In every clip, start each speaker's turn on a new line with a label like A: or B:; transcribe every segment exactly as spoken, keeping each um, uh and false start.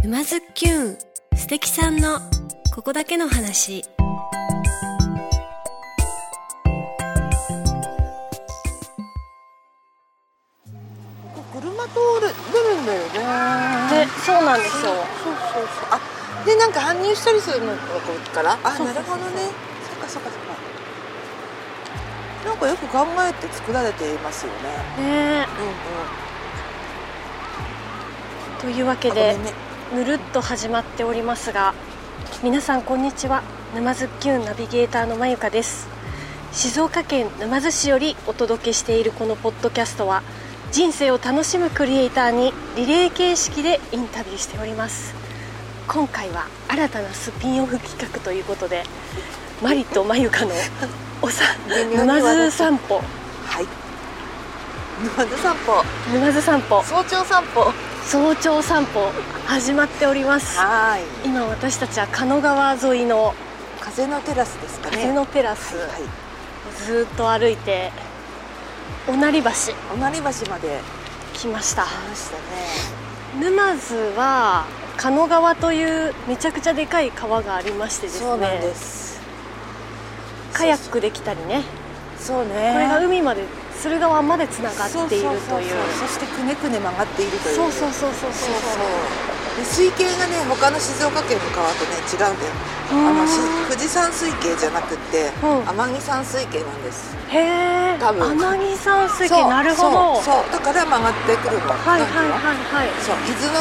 A: 沼津きゅん素敵さんのここだけの話。
B: 車通る出るんだよね。
C: で、そうなんですよ。
B: そうそうそう。あ、でなんか搬入したりするのこっから。あ、
C: そうそうそうそう、
B: なるほどね。そっかそっかそっか。なんかよく考えて作られていますよね。
C: ねえ。
B: うんうん。
C: というわけで、
B: ごめんね。
C: ぬるっと始まっておりますが、皆さんこんにちは。沼津きゅんナビゲーターのまゆかです。静岡県沼津市よりお届けしているこのポッドキャストは、人生を楽しむクリエイターにリレー形式でインタビューしております。今回は新たなスピンオフ企画ということで、マリとまゆかのおさ沼津散歩。
B: はい。沼津散歩。
C: 沼津散歩。
B: 早朝散歩。
C: 早朝散歩始まっております。
B: はい。
C: 今私たちは狩野川沿いの
B: 風のテラスですかね。
C: 風のテラス、
B: はいはい、
C: ずっと歩いて御成橋
B: 御成橋まで
C: 来ました。
B: 来ましたね。
C: 沼津は狩野川というめちゃくちゃでかい川がありましてですね。
B: そうなんです。
C: カヤックできたりね。
B: そうね。
C: これが海まで駿河湾までつながっているという。
B: そうそうそうそう。そしてくねくね曲がっているという。
C: そうそうそうそうそうそう。
B: で水系がね他の静岡県の川とね違うんだよ。あの富士山水系じゃなくて、うん、天城山水系なんです。
C: へえ。多分天城山水系、なるほど。
B: そうそう、だから曲がってくるの。
C: はいはいはいはい。
B: そう、伊豆の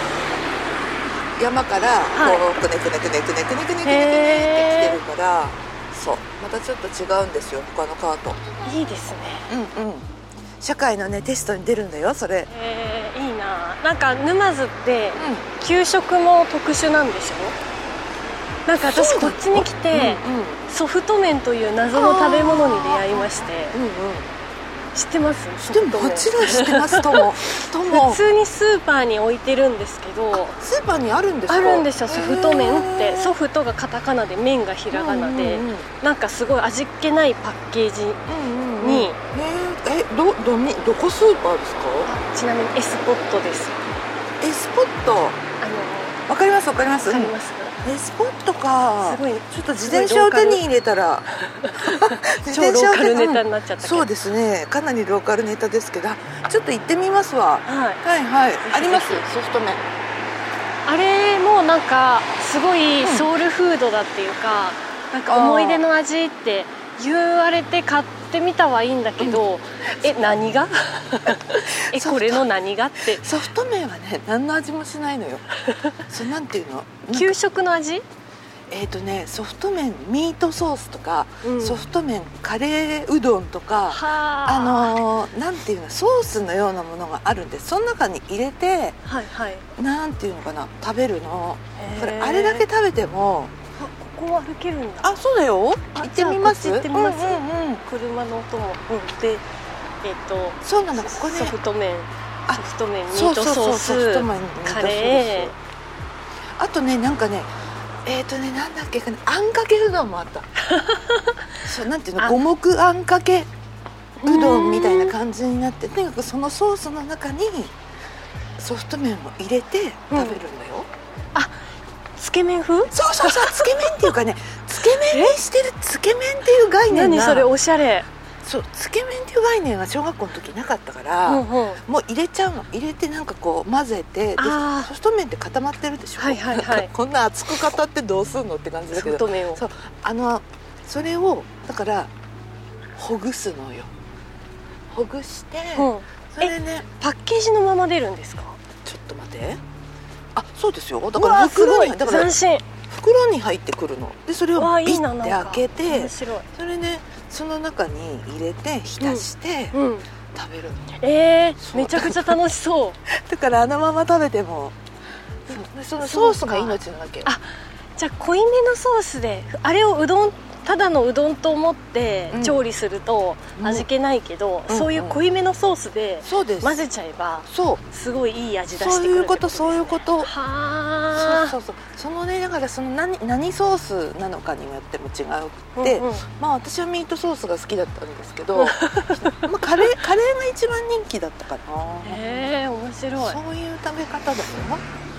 B: 山からこう、はい、くねくねくねくねくねくねくねくねくねってきてるから、そうまたちょっと違うんですよ他の川と。い
C: いですね。
B: うんうん。社会のねテストに出るんだよそれ。
C: へえ、いいな。なんか沼津って給食も特殊なんでしょ。なんか私こっちに来て、うんうん、ソフト麺という謎の食べ物に出会いまして、うんうん、知ってます？
B: 知ってももちろん知ってますともとも
C: 普通にスーパーに置いてるんですけど。
B: スーパーにあるんですか？
C: あるんですよ。ソフト麺って、ソフトがカタカナで麺がひらがなで、うんうんうん、なんかすごい味気ないパッケージに、うんうんうん、
B: ええどどにどこスーパーですか？
C: ちなみにエスポットです。
B: エスポット、あのわかりますわかります。
C: わかりますか？
B: エスポットか。
C: すごい。
B: ちょっと自転車を手に入れたら
C: 超ローカルネタになっちゃったけど。
B: そうですね、かなりローカルネタですけど、ちょっと行ってみますわ。
C: はい
B: はいはい。ありますソフト麺。
C: あれもなんかすごいソウルフードだっていうか、うん、なんか思い出の味って言われて買ってみたはいいんだけど、うん、え何がえこれの何がって。
B: ソフト麺はね何の味もしないのよ。そうなんていうの？
C: 給食の味？
B: えーとね、ソフト麺ミートソースとか、うん、ソフト麺カレーうどんとか、あのー、なんていうのソースのようなものがあるんで、その中に入れて、
C: はいはい、
B: なんていうのかな食べるの。これあれだけ食べても。
C: ここ歩けるんだ。
B: あ、そうだよ。行ってみます。
C: 行ってみます。うんうんうん、車の音も、うん、で、えっ、ー、と、
B: そうなの。ここね、
C: ソフト麺、ソフト麺ミートソース、カレー。
B: あとね、なんかね、えっ、ー、とね、なんだっけかね、あんかけうどんもあった。そう、なんていうの、五目あんかけうどんみたいな感じになって、とにかくそのソースの中にソフト麺を入れて食べるんだよ。うん、
C: あ。つけ麺風？
B: そうそうそう、つけ麺っていうかね、つけ麺にしてるつけ麺っていう概念が。
C: 何それおしゃれ。
B: そう、つけ麺っていう概念が小学校の時なかったから、うんうん、もう入れちゃうの。入れてなんかこう混ぜて、でソフト麺って固まってるでしょ。
C: はいはいはい。
B: こんな厚く固ってどうすんのって感じだけど。
C: ソフト麺を。
B: そう、あのそれをだからほぐすのよ。ほぐして、うん、それね、
C: パッケージのまま出るんですか？
B: ちょっと待って。あ、そうですよ。だから袋に、だから
C: 斬新。
B: 袋に入ってくるので、それをビッて開けて、
C: そ
B: れねその中に入れて浸して、うんうん、食べるの。
C: えー、めちゃくちゃ楽しそう。
B: だからあのまま食べても、そのソースが命なわけ。
C: あ、じゃあ濃いめのソースであれをうどん、ただのうどんと思って調理すると味気ないけど、うん、そういう濃いめのソースで混ぜちゃえば、そう、すごいいい味出してくるってことですね。そういうこと
B: そういうこと。は
C: あ。
B: そうそうそう。そのね、だからその 何, 何ソースなのかによっても違うくて、うんうん、まあ私はミートソースが好きだったんですけど、まあカレーカレーが一番人気だったかな。
C: へえ、面白い。
B: そういう食べ方だよ。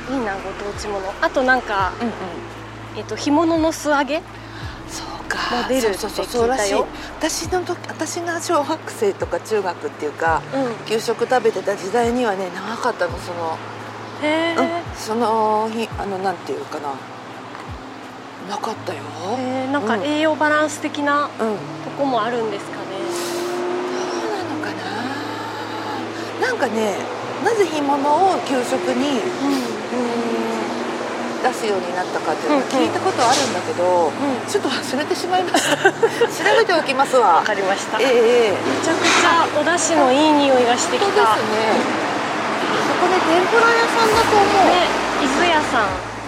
C: いいなご当地もの。あとなんか、
B: うんうん、
C: えっと干物の素揚げ
B: そうか
C: も出るって
B: そうそうそう
C: 聞いたよ。
B: 私の時私が小学生とか中学っていうか、
C: うん、
B: 給食食べてた時代にはね長かったのその、
C: へー、
B: うん、その日あのなんていうかななかったよ。
C: へー、なんか
B: うん
C: 栄養バランス的な
B: うん
C: とこもあるんですかね。
B: そうなのかな。なんかねなぜ干物を給食に、うん出すようになったかっていうのを聞いたことあるんだけど、
C: うん、
B: ちょっと忘れてしまいました調べておきますわ。
C: わかりました。
B: ええええ、
C: めちゃくちゃお出汁のいい匂いがしてき
B: そう
C: た。
B: ですね。そこで天ぷら屋さんだと思う。
C: ね、伊豆屋さん。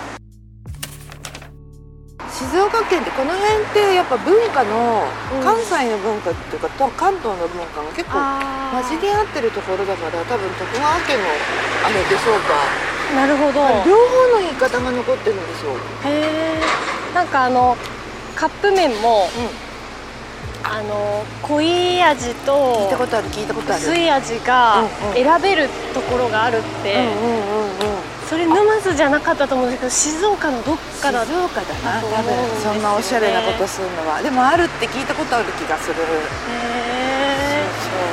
B: 静岡県ってこの辺ってやっぱ文化の、
C: うん、
B: 関西の文化っていうか関東の文化が結構混じり合ってるところだから、多分徳川家のあれでしょうか。
C: なるほど。
B: 両方の言い方が残ってるんですよ。
C: へえ。なんかあのカップ麺も、
B: うん、
C: あの濃い味と
B: 聞いたことある聞いたことある
C: 薄い味が選べるところがあるって、
B: うんうんうんうん、
C: それ沼津じゃなかったと思うんですけど、静岡のどっかだ。
B: 静岡だな
C: と
B: 多分
C: 思うんですよね。
B: そんなおしゃれなことするのは。でもあるって聞いたことある気がする。
C: へえ。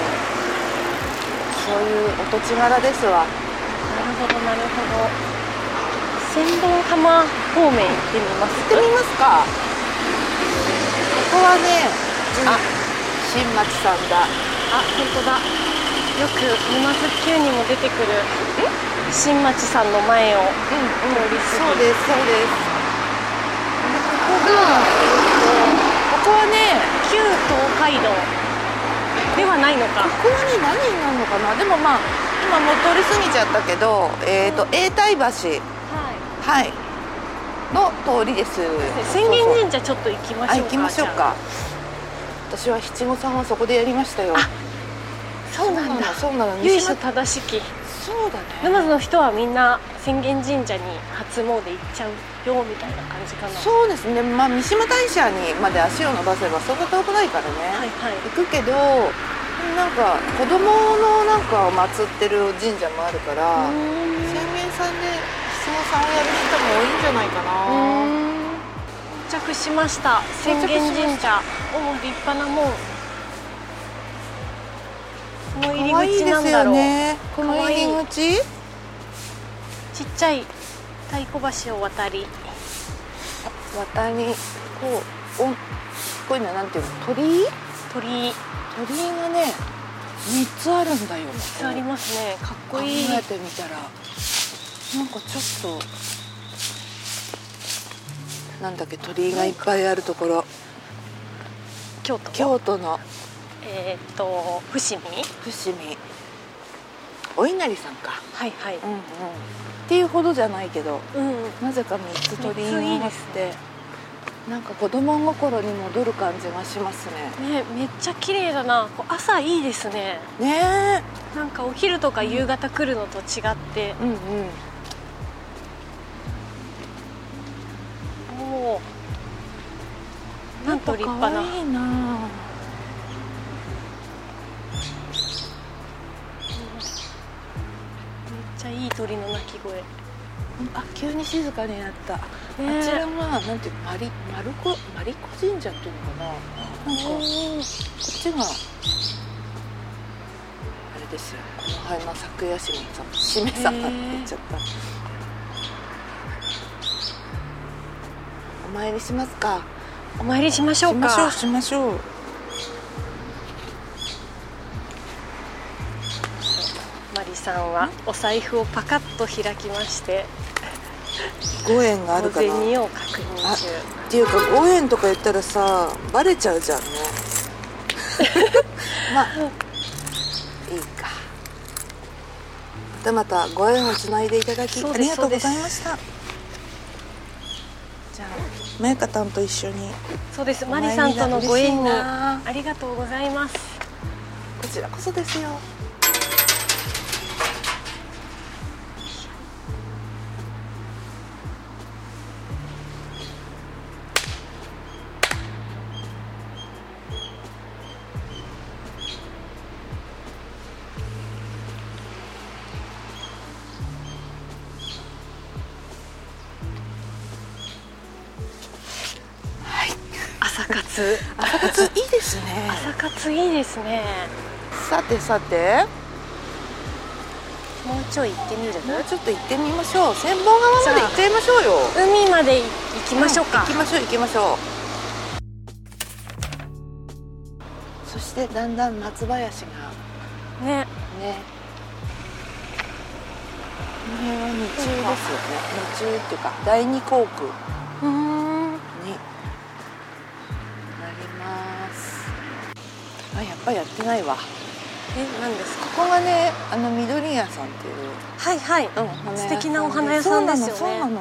B: そうそういうお土地柄ですわ。
C: なるほどなるほど。千本浜方面行ってみます
B: 行ってみますか。ここはね、うん、あ、新町さんだ。
C: あ、本当だ。よく沼津急にも出てくる新町さんの前を通り過ぎ、
B: うんうん、そうですそうです。ここが、ここはね、
C: 旧東海道ではないのか。
B: ここはね、何になるのかな。でもまあ今もう通り過ぎちゃったけど、えっと永代橋、はい、はい、の通りです。
C: 浅間神社ちょっと行きましょうか。
B: 行きましょうか。私は七五三はそこでやりましたよ。あ、
C: そうなんだ。
B: そうなの。
C: 由緒正しき。
B: そうだね。
C: 沼津の人はみんな浅間神社に初詣行っちゃうよみたいな感じかな。
B: そうですね。まあ三島大社にまで足を伸ばせばそんな遠くないからね。
C: はいはい。
B: 行くけど、なんか子供のなんかを祀ってる神社もあるから、浅間さんで七五三をやる人も多いんじゃないかな。
C: 到着しました。浅間神社。おお、立派な門。この入り口なんだろう。
B: ね、この入り口。
C: ちっちゃい太鼓橋を渡り。
B: 渡り、こう、お、こういうのはなんていうの、鳥居？
C: 鳥居。
B: 鳥居がね、三つあるんだよ。
C: 三つありますね。かっこいい。
B: 考えてみたら、なんかちょっとなんだっけ、鳥居がいっぱいあるところ。
C: 京都。
B: 京都の。
C: えっと伏見。
B: 伏見。お稲荷さんか。
C: はいはい。うんうん。
B: っていうほどじゃないけど、うん、なぜか三つ鳥居があって、なんか子供心に戻る感じがしますね。
C: ね、めっちゃ綺麗だな。朝いいですね。
B: ねえ。
C: なんかお昼とか夕方来るのと違って。うんうん。おお。なんと立派な。
B: 可愛いな。
C: めっちゃいい鳥の鳴き声。
B: あ、急に静かになった。ね、あちらがなんていうマリマルコマリコ神社っていうのかな。なんかこっちがあれですよ。この辺の昨夜市のしめさって言っちゃった。お参りしますか。
C: お参りしましょうか。
B: しましょうしましょう。
C: マリさんはお財布をパカッと開きまして。
B: ごえんがあるかな。
C: 小銭を確認中。
B: っていうかごえんとか言ったらさバレちゃうじゃんね。まあいいか。またまたご縁をつないでいただきありがとうございました。じゃあまゆかたんと一緒に。
C: そうです。マリさんとのご縁にありがとうございます。
B: こちらこそですよ。
C: 活
B: 朝活いいですね。
C: 朝活いいですね。
B: さてさて、
C: もうちょい行ってみる？
B: もうちょっと行ってみましょう。千本川まで行っちゃいましょうよ。
C: 海まで行きましょうか、
B: うん、行きましょう行きましょう。そしてだんだん松林が
C: ね
B: ね、この辺は日中ですよね。日中っていうか第二航空
C: うーん
B: になります。あ、やっぱりやってないわ。
C: え、何ですか？
B: ここがね、あの緑屋さんっていう、
C: はいはい、
B: うん、花屋さんで
C: 素敵なお花屋さんですよね。
B: そうなの、そうなの。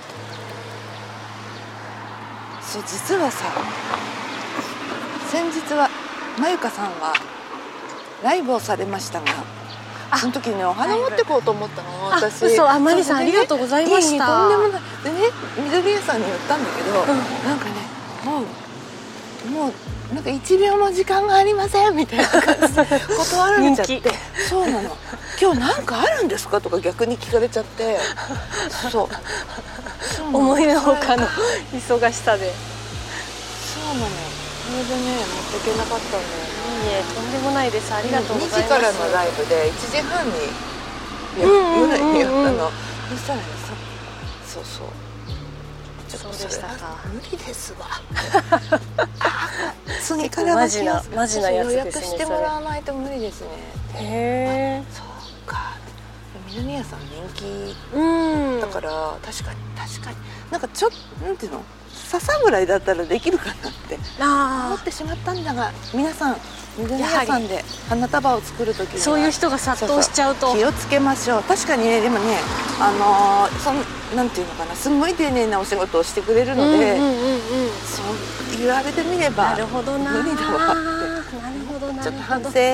B: そう、実はさ、先日はまゆかさんはライブをされましたが、その時にお花持ってこうと思ったの、私。
C: あ、嘘、あ、マリさん、ありがとうございました。
B: とんでもない。でね、緑屋さんに言ったんだけど、うん、なんかね、もうもうなんか一秒も時間がありませんみたいな感じで断られちゃって。そうなの。今日なんかあるんですかとか逆に聞かれちゃって。そう。そう
C: 思いのほかの忙しさで。
B: そうなの。それでね、持っていけなかったんだよね。
C: いえ、とんでもないです。ありがとうございます。
B: にじからのライブでいちじはんにやったの。そしたらね、そうそう。
C: そうでしたか。
B: 無理ですわ。次から
C: マジなマジなやつですね。
B: 予約してもらわないと無理ですね。
C: へえ。
B: そうか。南屋さん人気
C: うん
B: だから確かに確かになんかちょっとなんていうの、笹ぐらいだったらできるかなって思ってしまったんだが、皆さん緑屋さんで花束を作るときに
C: そういう人が殺到しちゃうと
B: そうそう気をつけましょう。確かにね、でもね、あのー、そんなんていうのかな、すごい丁寧なお仕事をしてくれるので、うんうんうんうん、そう言われてみれば
C: なるほどな
B: 無理だわって、
C: なるほどなるほど、
B: ちょっと反省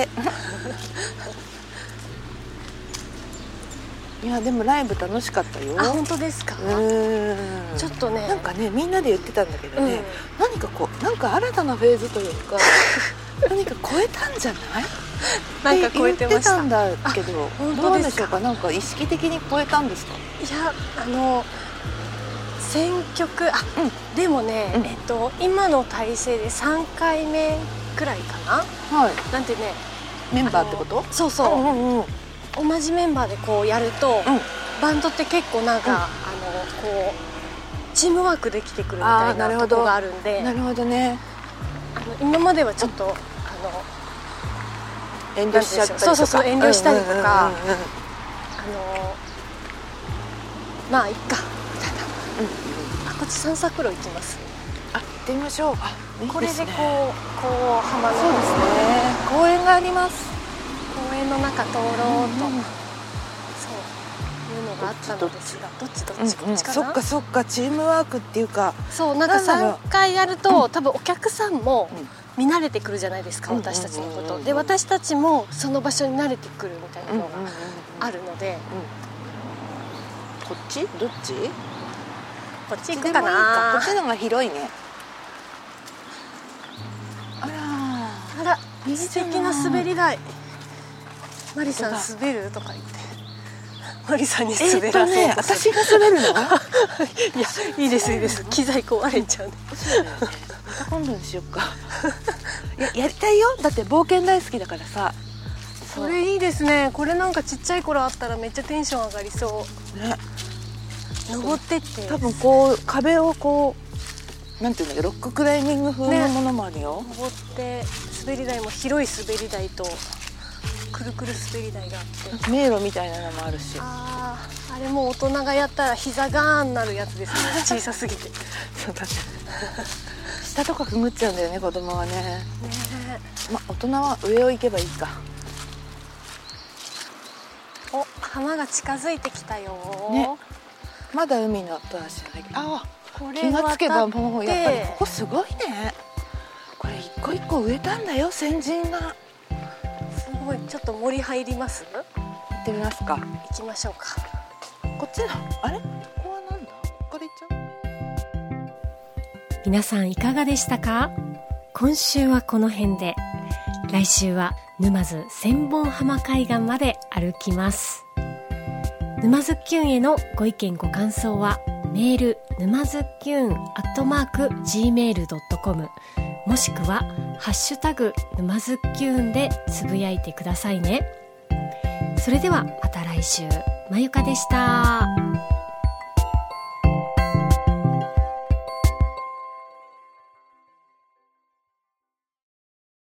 B: いやでもライブ楽しかったよ。
C: あ、本当ですか？
B: うん
C: ちょっとね、
B: なんかね、みんなで言ってたんだけどね、うん、何かこうなんか新たなフェーズというか何か超えたんじゃない
C: なんか超えてました。言ってたん
B: だけど、どうでしょうか。なんか意識的に超えたんですか？
C: いや、あの選曲、あ、うん、でもね、うん、えっと今の体制でさんかいめくらいかな。はい。なんてね、
B: メンバーってこと？
C: そうそう。うんうんうん、同じメンバーでこうやると、うん、バンドって結構なんか、うん、あのこうチームワークできてくるみたいなところがあるんで。
B: なるほどね。
C: あの今まではちょっと、うん、あの
B: 遠慮しちゃったりとか、
C: そうそうそう、遠慮したりとか、うんうんうんうん、あのまあいっかみたいな、うん、あ、こっち散策路行きます。
B: あ、行ってみましょう。あ、いいですね。
C: これでこうこう浜の、
B: そうですね、公園があります。
C: 公園の中通ろうと、うんうん、そういうのがあったのですが、どっちどっち、こっちかな。
B: そっかそっか、チームワークっていうか、
C: そう、なんかさんかいやると、うん、多分お客さんも見慣れてくるじゃないですか、うん、私たちのこと、うん、で私たちもその場所に慣れてくるみたいなのがあるので、
B: こっちどっち
C: こっち行くかな。
B: こっちの方が広いね。あら
C: あら、素敵な滑り台。マリさん滑るとか言ってマリさんに滑らせる、えーとね、
B: 私が滑るのいや、
C: いいですいいです、機材壊れちゃうね。
B: そうだよね、また今度にしよっかいや、やりたいよ、だって冒険大好きだからさ。
C: それいいですね。これなんかちっちゃい頃あったらめっちゃテンション上がりそうね。登ってって
B: 多分こう壁をこうなんていうんだっけ、ロッククライミング風のものもあるよ、ね、
C: 登って滑り台も広い滑り台とくるくる滑り台があって、
B: 迷路みたいなのもあるし、
C: ああ、あれも大人がやったら膝ガーンなるやつですね小さすぎて
B: そうだね下とかくぐっちゃうんだよね、子供はね。ねえ、まあ大人は上を行けばいいか。
C: お、浜が近づいてきたよ、
B: ね、まだ海の後足じゃないけど、ああ、これ気がつけばもうやっぱりここすごいね。これ一個一個植えたんだよ、先人が。
C: すごい。ちょっと森入ります？
B: 行ってみますか。
C: 行きましょうか。
B: こっちのあれ、ここはなんだ、ここから行っちゃう。
A: 皆さんいかがでしたか？今週はこの辺で、来週は沼津千本浜海岸まで歩きます。沼津きゅんへのご意見ご感想はメール沼津きゅんアットマーク ジーメールドットコムもしくはハッシュタグ沼津きゅんでつぶやいてくださいね。それではまた来週。まゆかでした。